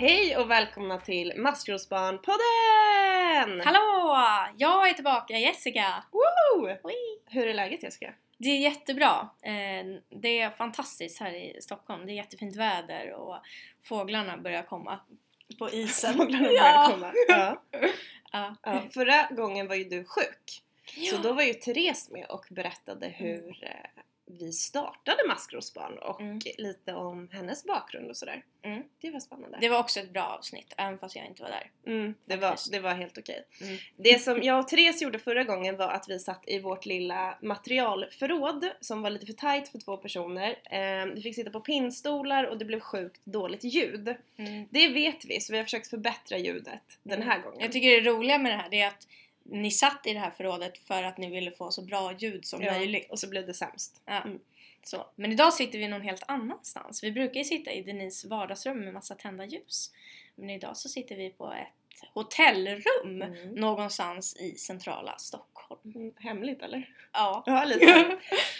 Hej och välkomna till Maskrosbarn-podden! Hallå! Jag är tillbaka, Jessica! Woo! Oj. Hur är läget, Jessica? Det är jättebra. Det är fantastiskt här i Stockholm. Det är jättefint väder och fåglarna börjar komma på isen. Fåglarna börjar komma. Ja. Ja. Ja. Förra gången var ju du sjuk. Ja. Så då var ju Therese med och berättade hur vi startade Maskrosbarn och lite om hennes bakgrund och sådär. Mm. Det var spännande. Det var också ett bra avsnitt, även fast jag inte var där. Det var helt okej. Det som jag och Therese gjorde förra gången var att vi satt i vårt lilla materialförråd som var lite för tajt för 2 personer. Vi fick sitta på pinnstolar och det blev sjukt dåligt ljud. Det vet vi, så vi har försökt förbättra ljudet den här gången. Jag tycker det roliga med det här är att ni satt i det här förrådet för att ni ville få så bra ljud som möjligt. Och så blev det sämst. Ja. Så. Men idag sitter vi någon helt annanstans. Vi brukar ju sitta i Denise vardagsrum med massa tända ljus. Men idag så sitter vi på ett hotellrum någonstans i centrala Stockholm. Hemligt, eller? Ja. Ja, lite.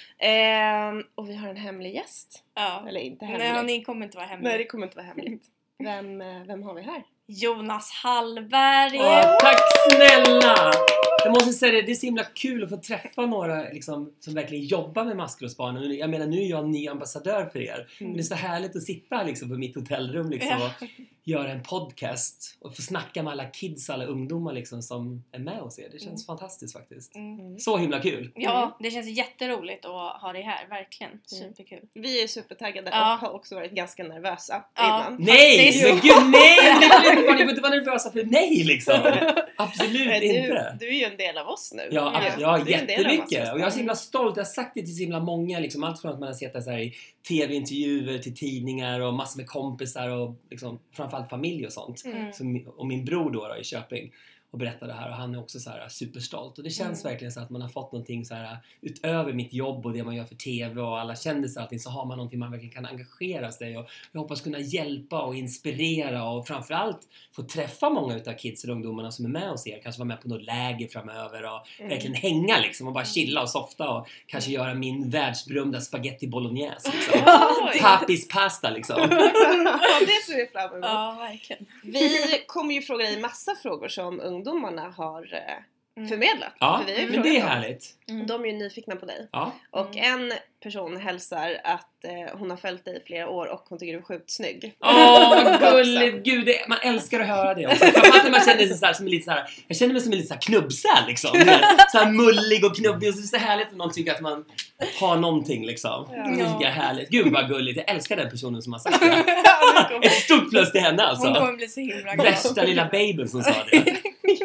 Och vi har en hemlig gäst. Ja. Eller inte hemlig. Nej, ni kommer inte vara hemlig. Nej, det kommer inte vara hemligt. Vem har vi här? Jonas Hallberg. Tack snälla! Jag måste säga det är så himla kul att få träffa några liksom, som verkligen jobbar med Maskrosbarn. Jag menar, nu är jag en ny ambassadör för er. Men det är så härligt att sitta här liksom, på mitt hotellrum liksom, och göra en podcast och få snacka med alla kids, alla ungdomar liksom, som är med hos er. Det känns fantastiskt faktiskt. Så himla kul! Ja, det känns jätteroligt att ha dig här, verkligen. Superkul. Vi är supertaggade och har också varit ganska nervösa innan. Nej! Men gud, nej! Ni får inte vara nervösa för nej liksom! Absolut inte! Du är ju en del av oss nu. Ja, jättemycket. Och jag är så Mm. himla stolt. Jag har sagt det till så himla många. Liksom, allt från att man har sett det så här i tv-intervjuer till tidningar och massor med kompisar och liksom, framförallt familj och sånt. Och min bror då i Köping och berättade det här, och han är också så här superstolt. Och det känns verkligen så att man har fått någonting så här utöver mitt jobb och det man gör för tv och alla kändisar och allting, så har man någonting man verkligen kan engagera sig, och jag hoppas kunna hjälpa och inspirera och framförallt få träffa många utav kids och ungdomarna som är med hos er, kanske vara med på något läger framöver och verkligen hänga liksom och bara chilla och softa och kanske göra min världsberömda spaghetti bolognese liksom. Tapis pasta liksom. Ja, det ser vi fram emot. Ja, verkligen. Vi kommer ju fråga dig massa frågor som ungdomarna har förmedlat. Ja, För vi har ju men det är frågat dem. härligt. De är ju nyfikna på dig. Ja. Och en person hälsar att hon har följt dig i flera år och hon tycker du är sjukt snygg. Vad gulligt! Gud, man älskar att höra det också. Framförallt när man känner sig så här, som lite så här, jag känner mig som en lite så här knubbsäl liksom. Så här mullig och knubbig, och så är det så härligt att någon tycker att man har någonting liksom. Det tycker jag är härligt. Gud vad gulligt, jag älskar den personen som har sagt det. Ett stort plus till henne alltså. Hon kommer bli så himla glad. Värsta lilla babyn som sa det.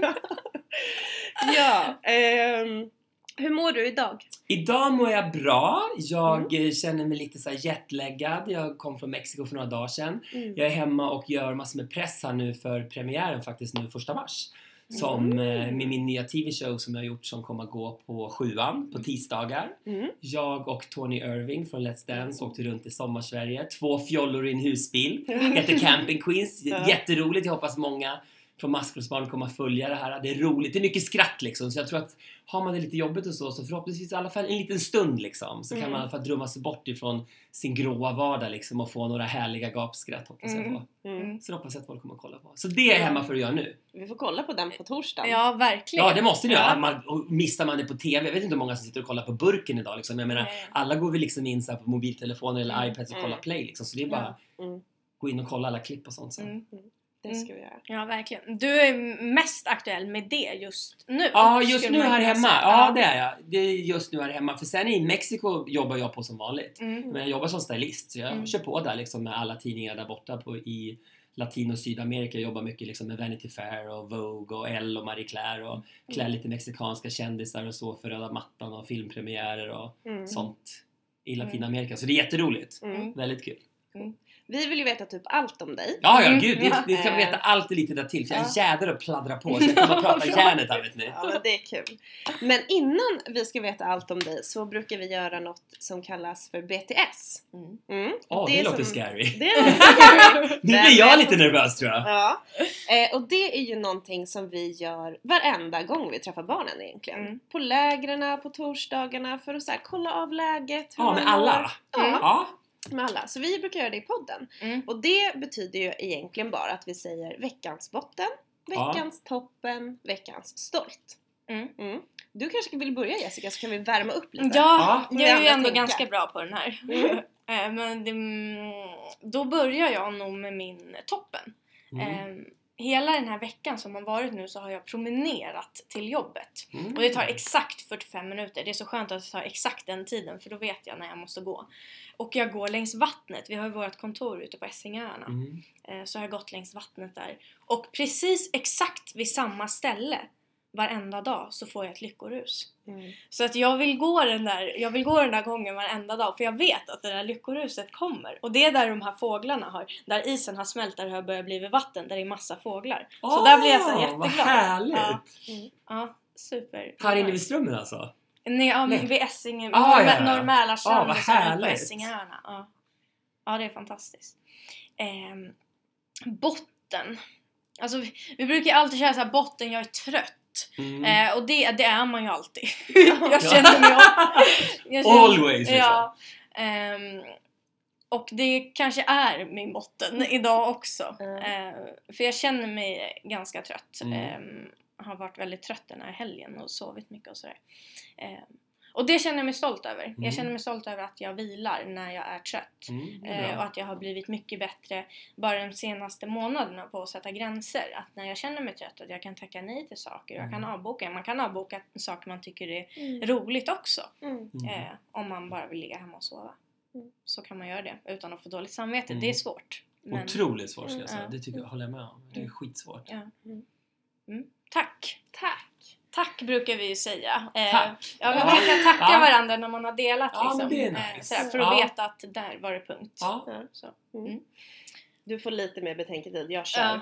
Hur mår du idag? Idag mår jag bra. Jag känner mig lite så här jetlaggad. Jag kom från Mexiko för några dagar sedan. Jag är hemma och gör massor med press här nu för premiären faktiskt nu 1 mars. Som med min nya tv-show som jag har gjort, som kommer att gå på 7:an på tisdagar. Jag och Tony Irving från Let's Dance åkte runt i Sommarsverige. 2 fjollor i en husbil. Heter Camping Queens. Jätteroligt. Jag hoppas många från Maskrosbarn kommer att följa det här. Det är roligt. Det är mycket skratt liksom. Så jag tror att har man det lite jobbigt och så förhoppningsvis i alla fall en liten stund liksom. Så kan man i alla fall drömma sig bort ifrån sin gråa vardag liksom. Och få några härliga gapskratt, hoppas jag på. Så hoppas jag att folk kommer att kolla på. Så det är hemma för att göra nu. Vi får kolla på den på torsdagen. Ja, verkligen. Ja, det måste ni göra. Missar man det på tv. Jag vet inte hur många som sitter och kollar på burken idag liksom. Jag menar, alla går väl liksom in så här på mobiltelefoner eller iPads och kollar play liksom. Så det är bara gå in och kolla alla klipp och sånt sen. Det ska vi göra. Ja, verkligen. Du är mest aktuell med det just nu. Ja, just nu här hemma. Ja, det är jag. Det är just nu här hemma. För sen i Mexiko jobbar jag på som vanligt. Men jag jobbar som stylist. Så jag kör på där liksom med alla tidningar där borta i Latin- och Sydamerika. Jag jobbar mycket liksom med Vanity Fair och Vogue och Elle och Marie Claire. Och klär lite mexikanska kändisar och så för röda mattan och filmpremiärer och sånt i Latinamerika. Så det är jätteroligt. Väldigt kul. Vi vill ju veta typ allt om dig. Ja, gud. Ni ska veta allt lite där till. För jag är jädrar och pladdra på. Så jag kommer att prata hjärnet här, vet ni. Ja, men det är kul. Men innan vi ska veta allt om dig så brukar vi göra något som kallas för BTS. Det låter scary. Det låter scary. Nu blir jag lite nervös, tror jag. Ja. Och det är ju någonting som vi gör varenda gång vi träffar barnen egentligen. På lägren, på torsdagarna, för att så här, kolla av läget. Ja, med alla. Ja. med alla. Så vi brukar göra det i podden. Och det betyder ju egentligen bara att vi säger veckans botten, veckans toppen, veckans stolt. Du kanske vill börja, Jessica, så kan vi värma upp lite. Ja, jag är ju ändå ganska bra på den här. Men då börjar jag nog med min toppen. Hela den här veckan som har varit nu så har jag promenerat till jobbet. Och det tar exakt 45 minuter. Det är så skönt att det tar exakt den tiden, för då vet jag när jag måste gå. Och jag går längs vattnet. Vi har ju vårt kontor ute på Essingeöarna. Så jag har gått längs vattnet där. Och precis exakt vid samma ställe varenda dag så får jag ett lyckorus. Så att jag vill gå den där gången varenda dag, för jag vet att det där lyckoruset kommer. Och det är där de här fåglarna har, där isen har smält, där det har börjat bli vatten, där det är massa fåglar. Så där blir jag så jätteglad. Vad härligt! Ja, super. Här inne vid Strömmen alltså? Nej, vid Essingen, Norrmälarstrand och så på Essingeöarna. Ja, det är fantastiskt. Botten. Alltså vi brukar alltid köra så här, botten, jag är trött. Och det är man ju alltid. Jag känner mig always. Ja. Och det kanske är min botten idag också. För jag känner mig ganska trött. Har varit väldigt trött den här helgen och sovit mycket och sådär. Och det känner jag mig stolt över. Jag känner mig stolt över att jag vilar när jag är trött. Och att jag har blivit mycket bättre bara de senaste månaderna på att sätta gränser. Att när jag känner mig trött, att jag kan tacka nej till saker. Jag kan avboka. Man kan avboka saker man tycker är roligt också. Om man bara vill ligga hemma och sova. Så kan man göra det utan att få dåligt samvete. Det är svårt. Men... Otroligt svårt ska jag säga. Det tycker jag, håller jag med om. Det är skitsvårt. Tack. Tack brukar vi ju säga. Tack. Ja, vi brukar tacka varandra när man har delat. Liksom. Men det är nice. För att veta att där var det punkt. Så. Du får lite mer betänketid, jag kör.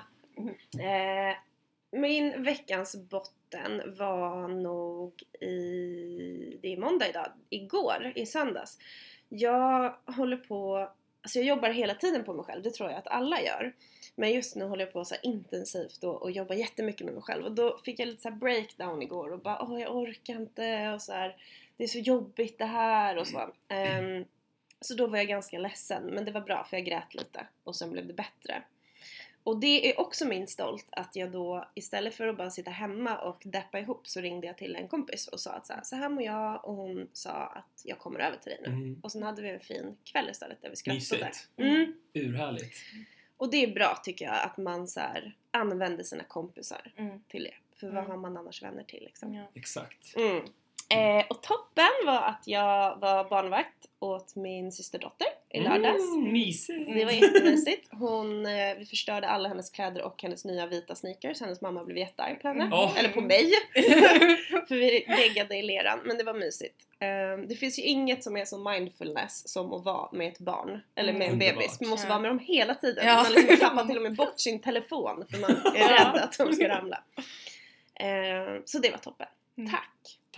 Min veckans botten var nog det är måndag idag. Igår, i söndags. Jag håller på... Alltså jag jobbar hela tiden på mig själv, det tror jag att alla gör. Men just nu håller jag på så här intensivt och jobbar jättemycket med mig själv. Och då fick jag lite så här breakdown igår och bara, jag orkar inte och så här, det är så jobbigt det här och så. Så då var jag ganska ledsen, men det var bra för jag grät lite och sen blev det bättre. Och det är också min stolt att jag då, istället för att bara sitta hemma och deppa ihop, så ringde jag till en kompis och sa att så här mår jag, och hon sa att jag kommer över till dig nu. Och sen hade vi en fin kväll istället där vi skrattade. Urhärligt. Och det är bra tycker jag att man så här använder sina kompisar till det. För vad har man annars vänner till liksom? Ja. Exakt. Och toppen var att jag var barnvakt åt min systerdotter i lördags. Mysigt. Det var jättemysigt. Vi förstörde alla hennes kläder och hennes nya vita sneakers. Hennes mamma blev jättearg på henne. Eller på mig. För vi läggade i leran. Men det var mysigt. Det finns ju inget som är så mindfulness som att vara med ett barn. Eller med en bebis. Man måste vara med dem hela tiden. Man liksom tappar till och med bort sin telefon. För man är rädd att de ska ramla. Så det var toppen. Tack.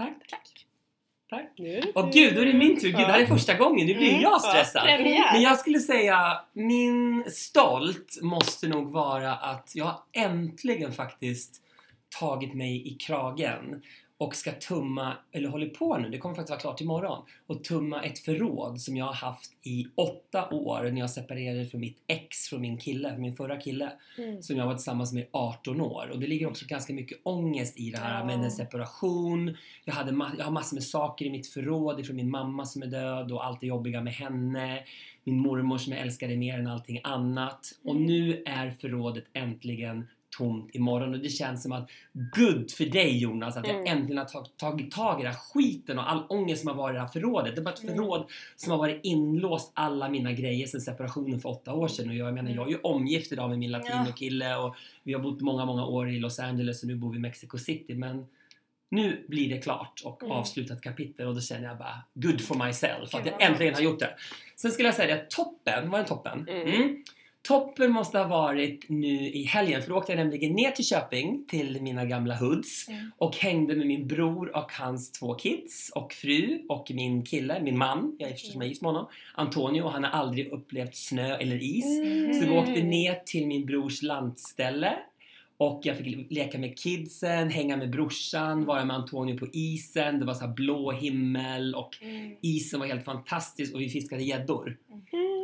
Och gud, då är det min tur. Gud, det här är första gången. Nu blir jag stressad. Men jag skulle säga, min stolt måste nog vara att jag äntligen faktiskt tagit mig i kragen och ska tumma, eller håller på nu, det kommer faktiskt vara klart imorgon, och tumma ett förråd som jag har haft i 8 år när jag separerade från mitt ex, från min förra kille, som jag var tillsammans med 18 år. Och det ligger också ganska mycket ångest i det här med en separation. Jag har massor med saker i mitt förråd från min mamma som är död och allt det jobbiga med henne. Min mormor som jag älskade mer än allting annat. Och nu är förrådet äntligen tomt imorgon, och det känns som att good för dig, Jonas, att jag äntligen har tagit tag i den här skiten och all ångest som har varit i det här förrådet. Det är bara ett förråd som har varit inlåst alla mina grejer sedan separationen för 8 år sedan, och jag menar, jag är ju omgift idag med min latinokille och vi har bott många år i Los Angeles och nu bor vi i Mexico City, men nu blir det klart och avslutat kapitel, och då känner jag bara good for myself att jag äntligen har gjort det. Sen skulle jag säga att toppen, vad är toppen? Toppen måste ha varit nu i helgen, för då åkte jag nämligen ner till Köping till mina gamla hoods och hängde med min bror och hans 2 kids och fru och min kille, min man, jag är förstås med gift med honom, Antonio, och han har aldrig upplevt snö eller is. Så vi åkte ner till min brors landställe och jag fick leka med kidsen, hänga med brorsan, vara med Antonio på isen. Det var så här blå himmel och isen var helt fantastisk och vi fiskade gäddor.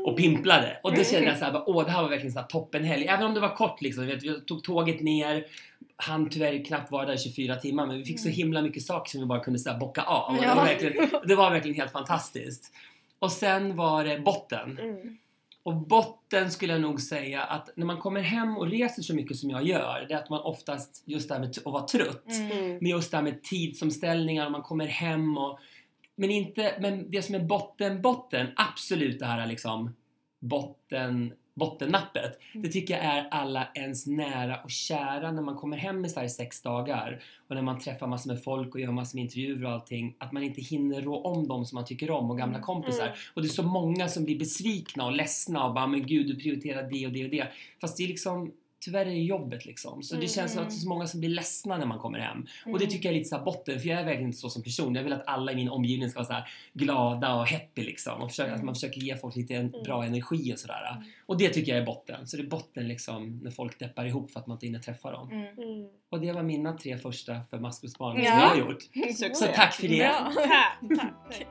och pimplade. Och då kände jag så här, det här var verkligen så här toppenhelg. Även om det var kort liksom. Vi tog tåget ner. Han tyvärr knappt var där 24 timmar. Men vi fick så himla mycket saker som vi bara kunde så här bocka av. Det var verkligen helt fantastiskt. Och sen var det botten. Och botten skulle jag nog säga att när man kommer hem och reser så mycket som jag gör, det är att man oftast, just det här med att vara trött, med just det här med tidsomställningar, man kommer hem och men det som är botten, absolut det här liksom bottennappet. Det tycker jag är alla ens nära och kära när man kommer hem med så här 6 dagar och när man träffar massor med folk och gör massor med intervjuer och allting, att man inte hinner rå om dem som man tycker om och gamla kompisar. Och det är så många som blir besvikna och ledsna och bara, men gud, du prioriterar det och det och det. Fast det är liksom, tyvärr är det jobbet liksom. Så det känns som att det är så många som blir ledsna när man kommer hem. Och det tycker jag är lite så här botten, för jag är verkligen inte så som person. Jag vill att alla i min omgivning ska vara så här glada och happy liksom. Och att man försöker ge folk lite bra energi och sådär. Och det tycker jag är botten. Så det är botten liksom när folk deppar ihop för att man inte hinner träffa dem. Och det var mina 3 första för maskrosbarn som jag har gjort. Så tack för det. Bra. Tack.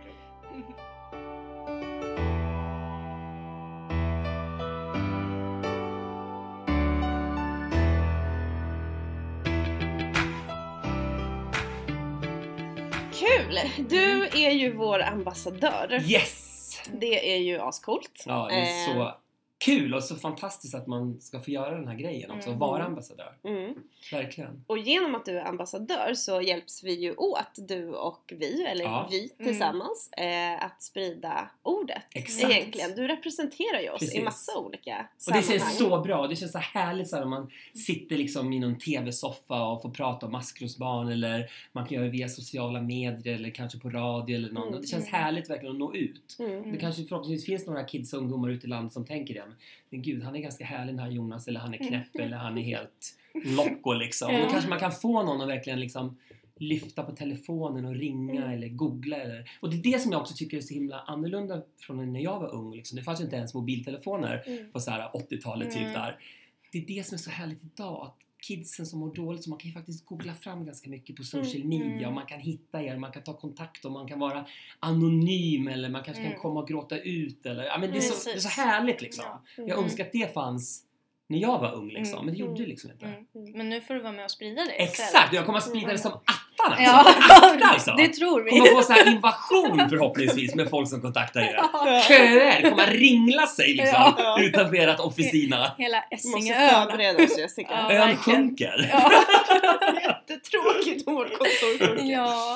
Kul! Du är ju vår ambassadör. Yes! Det är ju ascoolt. Ja, det är så kul och så fantastiskt att man ska få göra den här grejen också, och vara ambassadör. Verkligen. Och genom att du är ambassadör så hjälps vi ju åt, du och vi, eller vi tillsammans, att sprida ordet. Exakt. Egentligen. Du representerar ju oss i massa olika sammanhang. Och det känns så bra, det känns så härligt så här, när man sitter liksom i någon tv-soffa och får prata om maskrosbarn, eller man kan göra det via sociala medier eller kanske på radio eller någon. Och det känns härligt verkligen att nå ut. Det kanske förhoppningsvis finns några kids och ungdomar ute i landet som tänker det. Men gud, han är ganska härlig den här Jonas, eller han är knäpp, eller han är helt loco liksom. Då kanske man kan få någon att verkligen liksom lyfta på telefonen och ringa eller googla. Och det är det som jag också tycker är så himla annorlunda från när jag var ung. Liksom. Det fanns ju inte ens mobiltelefoner på så här 80-talet typ där. Det är det som är så härligt idag. Att kidsen som mår dåligt, så man kan ju faktiskt googla fram ganska mycket på social media och man kan hitta er, man kan ta kontakt och man kan vara anonym, eller man kanske kan komma och gråta ut eller, ja, men det är så härligt liksom. Jag önskar att det fanns när jag var ung liksom, men det gjorde det liksom inte. Men nu får du vara med och sprida det. Exakt, jag kommer att sprida det som attan alltså. Ja, alltså. Det tror vi. Kommer få så här invasion förhoppningsvis med folk som kontaktar er. Köer, kommer att ringla sig liksom utanför ert officina. Hela Essingeön. Måste förbereda oss, Jessica. Ön sjunker. Jättetråkigt om vårt kontor sjunker. Ja.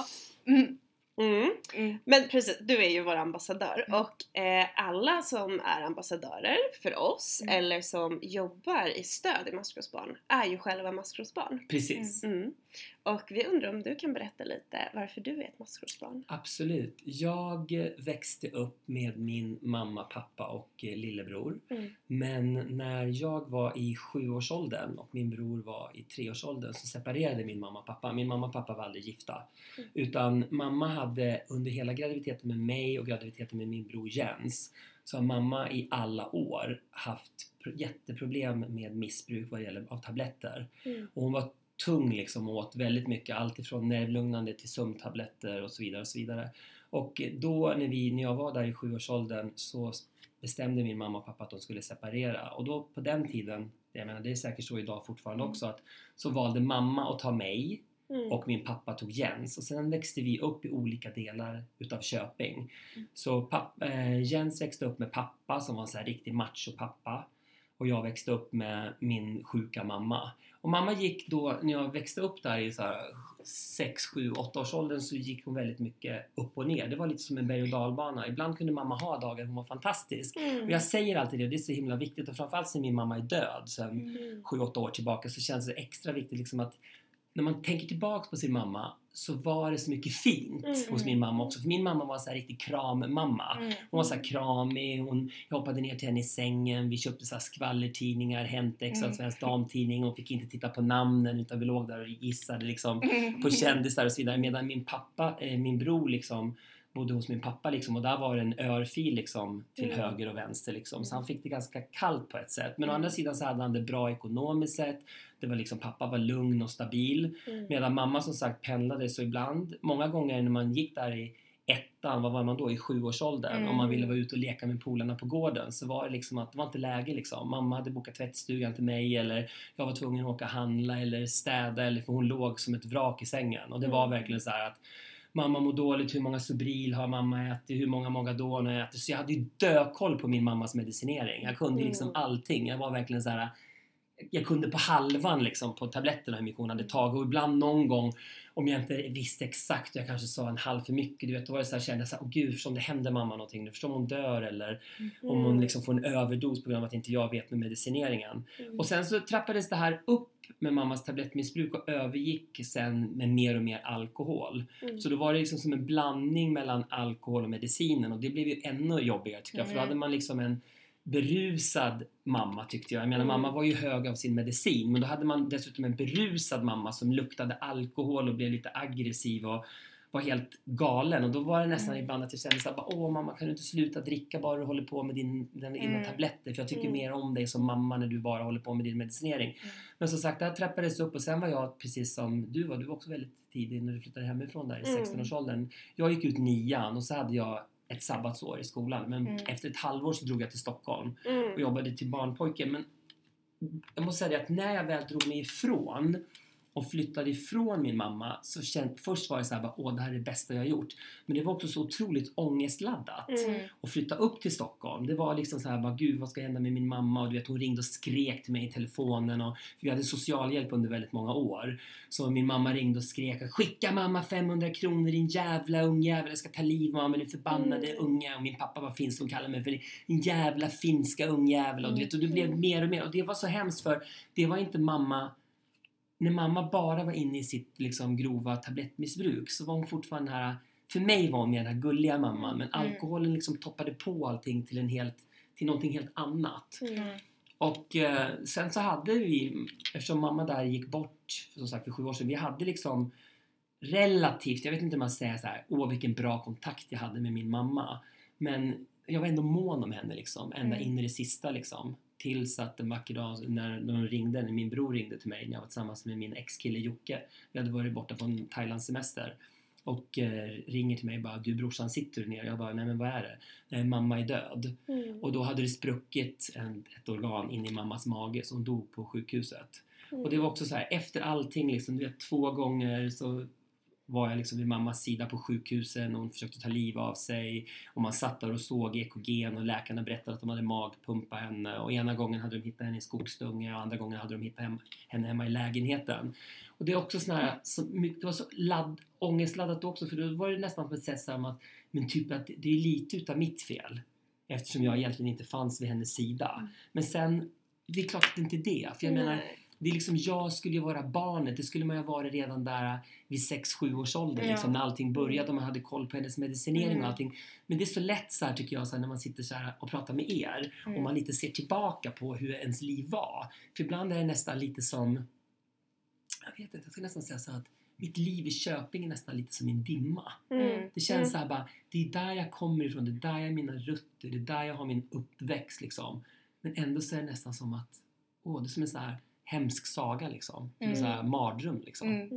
Men precis, du är ju vår ambassadör och alla som är ambassadörer för oss eller som jobbar i stöd i maskrosbarn är ju själva maskrosbarn. Precis. Och vi undrar om du kan berätta lite varför du är ett maskrosbarn. Absolut. Jag växte upp med min mamma, pappa och lillebror. Men när jag var i 7-årsåldern och min bror var i 3-årsåldern så separerade min mamma och pappa. Min mamma och pappa var aldrig gifta. Utan mamma hade under hela graviditeten med mig och graviditeten med min bror Jens, så har mamma i alla år haft jätteproblem med missbruk vad gäller av tabletter. Och hon var tung liksom, åt väldigt mycket, allt ifrån nervlugnande till sömntabletter och så vidare och så vidare. Och då när jag var där i 7-årsåldern så bestämde min mamma och pappa att de skulle separera. Och då på den tiden, jag menar det är säkert så idag fortfarande också, att så valde mamma att ta mig och min pappa tog Jens. Och sen växte vi upp i olika delar utav Köping. Så Jens växte upp med pappa som var en så här riktig macho-pappa. Och jag växte upp med min sjuka mamma. Och mamma gick då, när jag växte upp där i så här 6, 7, 8 års åldern, så gick hon väldigt mycket upp och ner. Det var lite som en berg- och dalbana. Ibland kunde mamma ha dagar, hon var fantastisk. Och jag säger alltid det är så himla viktigt. Och framförallt när min mamma är död sedan 7-8 år tillbaka, så känns det extra viktigt liksom att när man tänker tillbaka på sin mamma så var det så mycket fint hos min mamma också. För min mamma var så här riktigt krammamma. Hon var så här kramig. Jag hoppade ner till henne i sängen. Vi köpte så här skvallertidningar, Hentex och Svensk Damtidning. Hon fick inte titta på namnen utan vi låg där och gissade liksom på kändisar och så vidare. Medan min bror liksom bodde hos min pappa liksom, och där var det en örfil liksom till höger och vänster liksom. Så han fick det ganska kallt på ett sätt. Men å andra sidan så hade han det bra ekonomiskt sett. Det var liksom, pappa var lugn och stabil. Medan mamma som sagt pendlade så ibland. Många gånger när man gick där ettan, vad var man då, i 7-årsåldern, om man ville vara ute och leka med polarna på gården, så var det liksom att det var inte läge liksom. Mamma hade bokat tvättstugan till mig, eller jag var tvungen att åka och handla eller städa, eller för hon låg som ett vrak i sängen, och det var verkligen så här att mamma mår dåligt, hur många Sobril har mamma ätit, hur många Mogadon har jag ätit, så jag hade ju dökoll på min mammas medicinering. Jag kunde liksom allting, jag var verkligen så här. Jag kunde på halvan liksom på tabletterna hur mycket hon hade tagit, och ibland någon gång om jag inte visste exakt, jag kanske sa en halv för mycket, du vet, då var det så här, kände jag så här, åh gud, om det händer mamma någonting nu, förstår om hon dör eller om hon liksom får en överdos på grund av att inte jag vet med medicineringen. Och sen så trappades det här upp med mammas tablettmissbruk och övergick sen med mer och mer alkohol. Så då var det liksom som en blandning mellan alkohol och medicinen, och det blev ju ännu jobbigare tycker jag, för då hade man liksom en berusad mamma tyckte jag. Jag menar, mamma var ju hög av sin medicin, men då hade man dessutom en berusad mamma som luktade alkohol och blev lite aggressiv och var helt galen. Och då var det nästan ibland att jag kände så här, åh mamma, kan du inte sluta dricka bara du håller på med dina tabletter, för jag tycker mer om dig som mamma när du bara håller på med din medicinering. Men som sagt, det här trappades upp, och sen var jag precis som du var också väldigt tidig när du flyttade hemifrån där i 16-årsåldern. Jag gick ut 9:an och så hade jag ett sabbatsår i skolan, men efter ett halvår så drog jag till Stockholm och jobbade till barnpojke. Men jag måste säga att när jag väl drog mig ifrån och flyttade ifrån min mamma, så först var det så här, åh, det här är det bästa jag har gjort. Men det var också så otroligt ångestladdat att flytta upp till Stockholm. Det var liksom så här, gud, vad ska hända med min mamma? Och du vet, hon ringde och skrek till mig i telefonen, och vi hade socialhjälp under väldigt många år. Så min mamma ringde och skrek, skicka mamma 500 kronor, din jävla ungjävel, jag ska ta liv av mamma, din förbannade unga. Och min pappa var finsk och kallade mig för din jävla finska ungjävel. Och du vet, och det blev mer och mer. Och det var så hemskt, för det var inte mamma. När mamma bara var inne i sitt liksom grova tablettmissbruk, så var hon fortfarande här, för mig var hon med den här gulliga mamman, men alkoholen liksom toppade på allting till någonting helt annat. Och sen så hade vi, eftersom mamma där gick bort som sagt för 7 år sedan, vi hade liksom relativt, jag vet inte om man säger så här, åh vilken bra kontakt jag hade med min mamma, men jag var ändå mån om henne liksom, ända in i det sista liksom. Tills att en vacker dag när min bror ringde till mig när jag var tillsammans med min ex-kille Jocke. Vi hade varit borta på en Thailandssemester. Och ringer till mig och bara, du brorsan, sitter du ner? Jag bara, nej men vad är det? Nej, mamma är död. Och då hade det spruckit ett organ in i mammas mage, som dog på sjukhuset. Och det var också så här, efter allting liksom, du vet, 2 gånger så var jag liksom vid mammas sida på sjukhusen, och hon försökte ta liv av sig, och man satt där och såg EKG:n, och läkarna berättade att de hade magpumpat henne, och ena gången hade de hittat henne i skogsdunge och andra gången hade de hittat henne hemma i lägenheten. Och det är också sån här, det var så ångestladdat också, för då var det nästan på ett sätt som att, men typ att det är lite utav mitt fel, eftersom jag egentligen inte fanns vid hennes sida. Men sen, det är klart att det inte är det, för jag menar, det är liksom, jag skulle ju vara barnet. Det skulle man ju ha varit redan där vid 6-7 års ålder liksom, när allting började och man hade koll på hennes medicinering och allting. Men det är så lätt så här, tycker jag, så här, när man sitter så här och pratar med er och man lite ser tillbaka på hur ens liv var. För ibland är det nästan lite som, jag vet inte, jag ska nästan säga så här, att mitt liv i Köping är nästan lite som en dimma. Det känns så här bara, det är där jag kommer ifrån, det är där jag har mina rötter, det är där jag har min uppväxt liksom. Men ändå så är det nästan som att, det är som en så här hemsk saga liksom. En sån här mardröm liksom.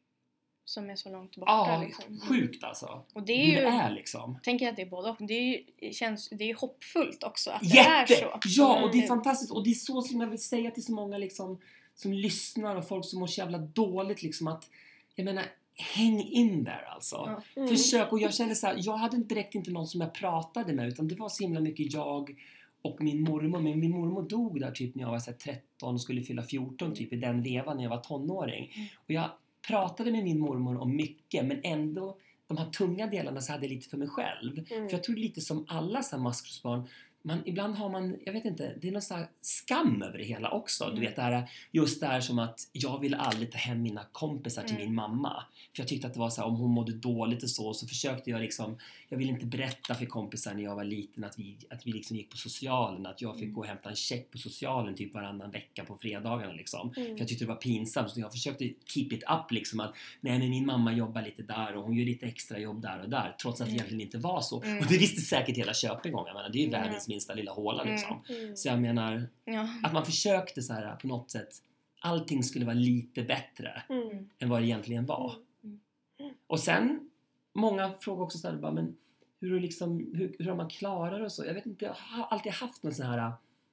Som är så långt borta liksom. Sjukt alltså. Och det är ju, det är liksom. Tänker jag att det är både och. Det är hoppfullt också att det är så. Ja, och det är fantastiskt. Och det är så som jag vill säga till så många liksom, som lyssnar och folk som mår så jävla dåligt liksom, att jag menar, häng in där alltså. Försök. Och jag kände så här, jag hade direkt inte någon som jag pratade med, utan det var så himla mycket jag och min mormor. Men min mormor dog där typ när jag var så här 13 och skulle fylla 14 typ i den vevan när jag var tonåring. Och jag pratade med min mormor om mycket, men ändå de här tunga delarna så hade jag lite för mig själv. För jag tror lite som alla så här maskrosbarn, ibland har man, jag vet inte, det är någon sån här skam över det hela också. Du vet, just det här som att jag ville aldrig ta hem mina kompisar till min mamma. För jag tyckte att det var så här, om hon mådde dåligt och så försökte jag liksom, jag ville inte berätta för kompisar när jag var liten att vi liksom gick på socialen, att jag fick gå och hämta en check på socialen typ varannan vecka på fredagarna liksom. För jag tyckte det var pinsamt, så jag försökte keep it up liksom, att nej, men min mamma jobbar lite där och hon gör lite extra jobb där och där, trots att det egentligen inte var så. Och det visste säkert hela Köping om, jag menar, det är ju världens minsta lilla håla liksom. Så jag menar att man försökte så här på något sätt, allting skulle vara lite bättre än vad det egentligen var. Och sen många frågar också så här, bara, men hur har man klarat det och så? Jag vet inte, jag har alltid haft någon sån här,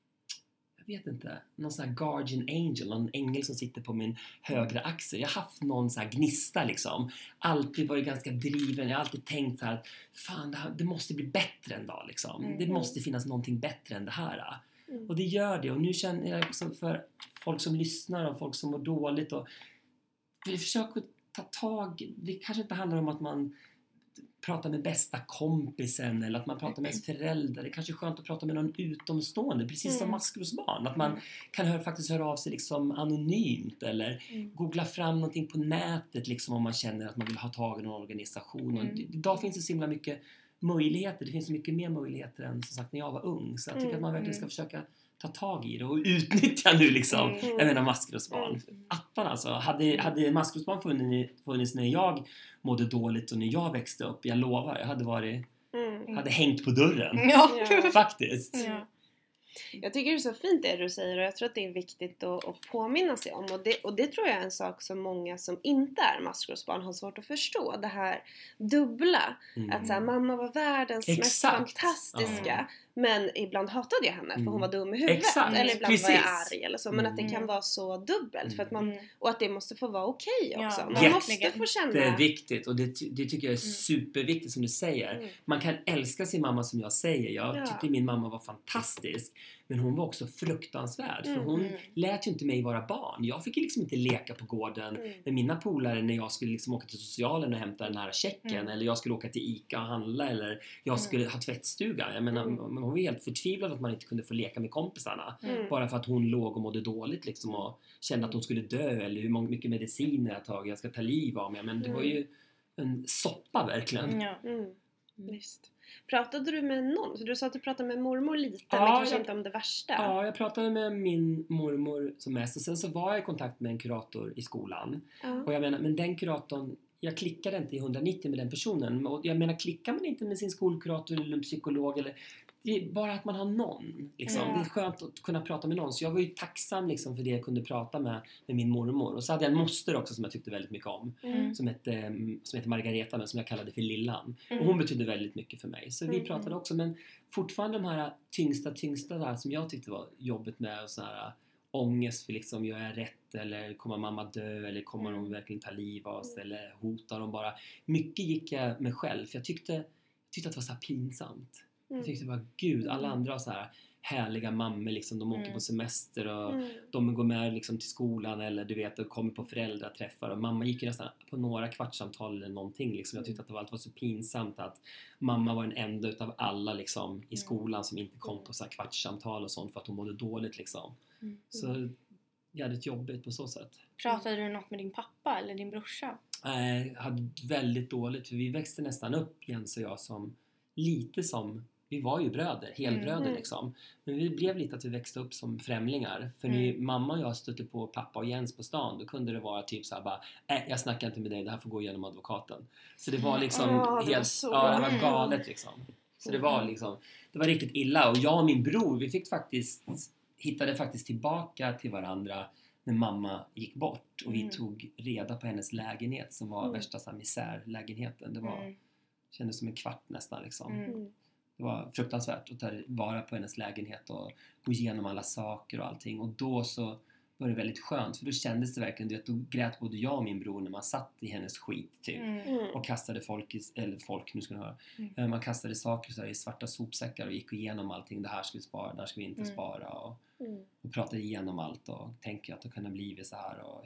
jag vet inte, någon sån här guardian angel, någon ängel som sitter på min högra axel. Jag har haft någon sån här gnista liksom. Alltid varit ganska driven. Jag har alltid tänkt så här, fan det måste bli bättre en dag liksom. Det måste finnas någonting bättre än det här. Och det gör det. Och nu känner jag också för folk som lyssnar och folk som mår dåligt. Och vi försöker ta tag. Det kanske inte handlar om att man pratar med bästa kompisen eller att man pratar med ens föräldrar. Det är kanske skönt att prata med någon utomstående, precis som maskrosbarn. Att man kan faktiskt höra av sig liksom anonymt eller googla fram någonting på nätet liksom, om man känner att man vill ha tag i någon organisation. Och idag finns det så himla mycket möjligheter. Det finns så mycket mer möjligheter än som sagt när jag var ung. Så jag tycker att man verkligen ska försöka ta tag i det och utnyttja nu liksom, jag menar maskrosbarn. Attan alltså, hade maskrosbarn funnits när jag mådde dåligt och när jag växte upp, jag lovar, jag hade hängt på dörren. Faktiskt. Ja. Jag tycker det är så fint det du säger och jag tror att det är viktigt att påminna sig om och det tror jag är en sak som många som inte är maskrosbarn har svårt att förstå. Det här dubbla, att så här, mamma var världens mest fantastiska men ibland hatade jag henne för hon var dum i huvudet eller ibland var jag arg eller så, men att det kan vara så dubbelt för att och att det måste få vara okej också. Man måste få känna. Det är viktigt och det tycker jag är superviktigt som du säger. Man kan älska sin mamma som jag säger. Jag tyckte min mamma var fantastisk. Men hon var också fruktansvärd. För hon lät ju inte mig vara barn. Jag fick liksom inte leka på gården med mina polare när jag skulle liksom åka till socialen och hämta den här checken. Eller jag skulle åka till Ica och handla. Eller jag skulle ha tvättstuga. Jag menar, hon var helt förtvivlad att man inte kunde få leka med kompisarna. Bara för att hon låg och mådde dåligt liksom, och kände att hon skulle dö. Eller hur mycket mediciner jag tagit. Jag ska ta liv av mig. Men det var ju en soppa verkligen. Visst. Pratade du med någon? Så du sa att du pratade med mormor lite, men kanske inte om det värsta. Ja, jag pratade med min mormor som mest. Och sen så var jag i kontakt med en kurator i skolan. Och jag menar, men den kuratorn, jag klickade inte i 190 med den personen. Och jag menar, klickar man inte med sin skolkurator eller en psykolog eller... Det är bara att man har någon. Liksom. Det är skönt att kunna prata med någon. Så jag var ju tacksam liksom, för det jag kunde prata med min mormor. Och så hade jag en moster också som jag tyckte väldigt mycket om. Som hette Margareta, men som jag kallade för Lillan. Och hon betydde väldigt mycket för mig. Så vi pratade också. Men fortfarande de här tyngsta där som jag tyckte var jobbigt med. Och så här, ångest för liksom, gör jag rätt? Eller kommer mamma dö? Eller kommer de verkligen ta liv av oss? Eller hotar de bara? Mycket gick jag med själv. För jag tyckte att det var så här pinsamt. Jag tyckte bara, gud, alla andra har så här härliga mammor liksom, de åker på semester och de går med liksom till skolan eller du vet, och kommer på föräldraträffar och mamma gick ju nästan på några kvartssamtal eller någonting liksom. Jag tyckte att det var så pinsamt att mamma var den enda utav alla liksom i skolan som inte kom på så här kvartssamtal och sånt för att hon mådde dåligt liksom. Så jag hade ett jobbigt på så sätt. Pratade du något med din pappa eller din brorsa? Jag hade väldigt dåligt för vi växte nästan upp, Jens och jag, som lite som vi var ju bröder, helbröder liksom. Men vi blev lite att vi växte upp som främlingar. För när mamma och jag stötte på pappa och Jens på stan, då kunde det vara typ såhär bara, jag snackar inte med dig, det här får gå igenom advokaten. Så det var liksom det var galet liksom. Så det var liksom, det var riktigt illa. Och jag och min bror, vi hittade faktiskt tillbaka till varandra när mamma gick bort. Och vi tog reda på hennes lägenhet som var värsta så här misärlägenheten. Det var, kändes som en kvart nästan liksom. Det var fruktansvärt att ta vara på hennes lägenhet och gå igenom alla saker och allting. Och då så var det väldigt skönt. För då kändes det verkligen, du vet, då grät både jag och min bror när man satt i hennes skit typ. Och kastade man kastade saker så här, i svarta sopsäckar och gick igenom allting. Det här ska vi spara, det här ska vi inte spara. Och pratade igenom allt och tänkte att det kunde bli så här. Och